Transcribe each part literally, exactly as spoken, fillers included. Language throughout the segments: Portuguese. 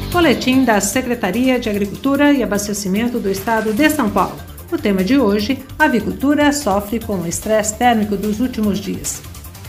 Boletim da Secretaria de Agricultura e Abastecimento do Estado de São Paulo. O tema de hoje: a avicultura sofre com o estresse térmico dos últimos dias.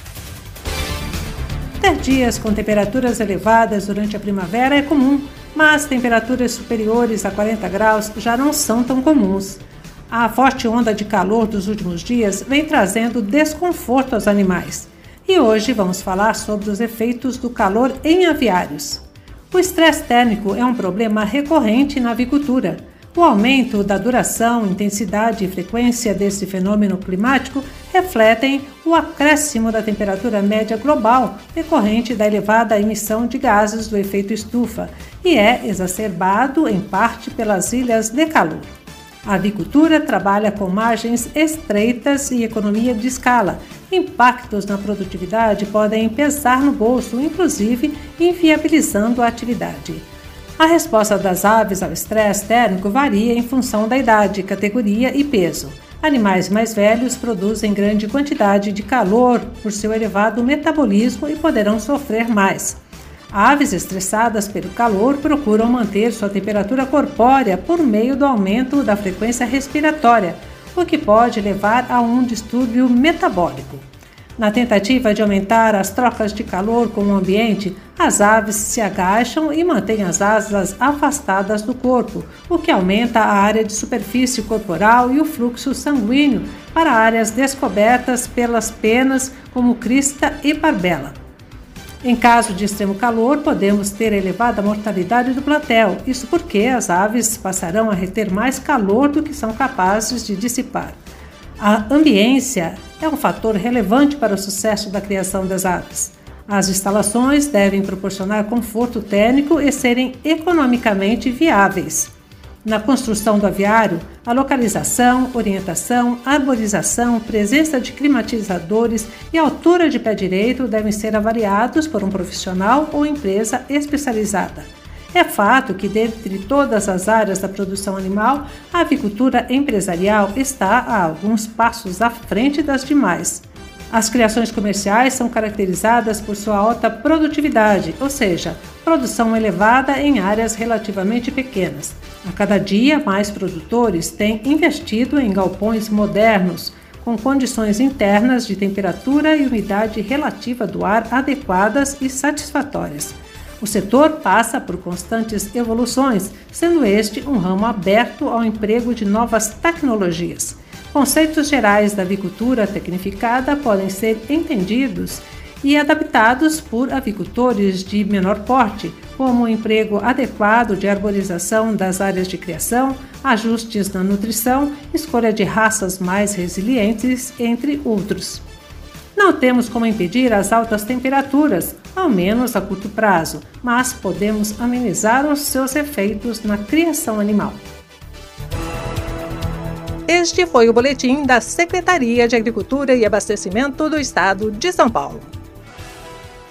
Ter dias com temperaturas elevadas durante a primavera é comum, mas temperaturas superiores a quarenta graus já não são tão comuns. A forte onda de calor dos últimos dias vem trazendo desconforto aos animais. E hoje vamos falar sobre os efeitos do calor em aviários. O estresse térmico é um problema recorrente na avicultura. O aumento da duração, intensidade e frequência desse fenômeno climático refletem o acréscimo da temperatura média global decorrente da elevada emissão de gases do efeito estufa e é exacerbado, em parte, pelas ilhas de calor. A avicultura trabalha com margens estreitas e economia de escala. Impactos na produtividade podem pesar no bolso, inclusive inviabilizando a atividade. A resposta das aves ao estresse térmico varia em função da idade, categoria e peso. Animais mais velhos produzem grande quantidade de calor por seu elevado metabolismo e poderão sofrer mais. Aves estressadas pelo calor procuram manter sua temperatura corpórea por meio do aumento da frequência respiratória, o que pode levar a um distúrbio metabólico. Na tentativa de aumentar as trocas de calor com o ambiente, as aves se agacham e mantêm as asas afastadas do corpo, o que aumenta a área de superfície corporal e o fluxo sanguíneo para áreas descobertas pelas penas, como crista e barbela. Em caso de extremo calor, podemos ter elevada mortalidade do plantel, isso porque as aves passarão a reter mais calor do que são capazes de dissipar. A ambiência é um fator relevante para o sucesso da criação das aves. As instalações devem proporcionar conforto térmico e serem economicamente viáveis. Na construção do aviário, a localização, orientação, arborização, presença de climatizadores e altura de pé direito devem ser avaliados por um profissional ou empresa especializada. É fato que, dentre todas as áreas da produção animal, a avicultura empresarial está a alguns passos à frente das demais. As criações comerciais são caracterizadas por sua alta produtividade, ou seja, produção elevada em áreas relativamente pequenas. A cada dia, mais produtores têm investido em galpões modernos, com condições internas de temperatura e umidade relativa do ar adequadas e satisfatórias. O setor passa por constantes evoluções, sendo este um ramo aberto ao emprego de novas tecnologias. Conceitos gerais da avicultura tecnificada podem ser entendidos e adaptados por avicultores de menor porte, como o emprego adequado de arborização das áreas de criação, ajustes na nutrição, escolha de raças mais resilientes, entre outros. Não temos como impedir as altas temperaturas, ao menos a curto prazo, mas podemos amenizar os seus efeitos na criação animal. Este foi o boletim da Secretaria de Agricultura e Abastecimento do Estado de São Paulo.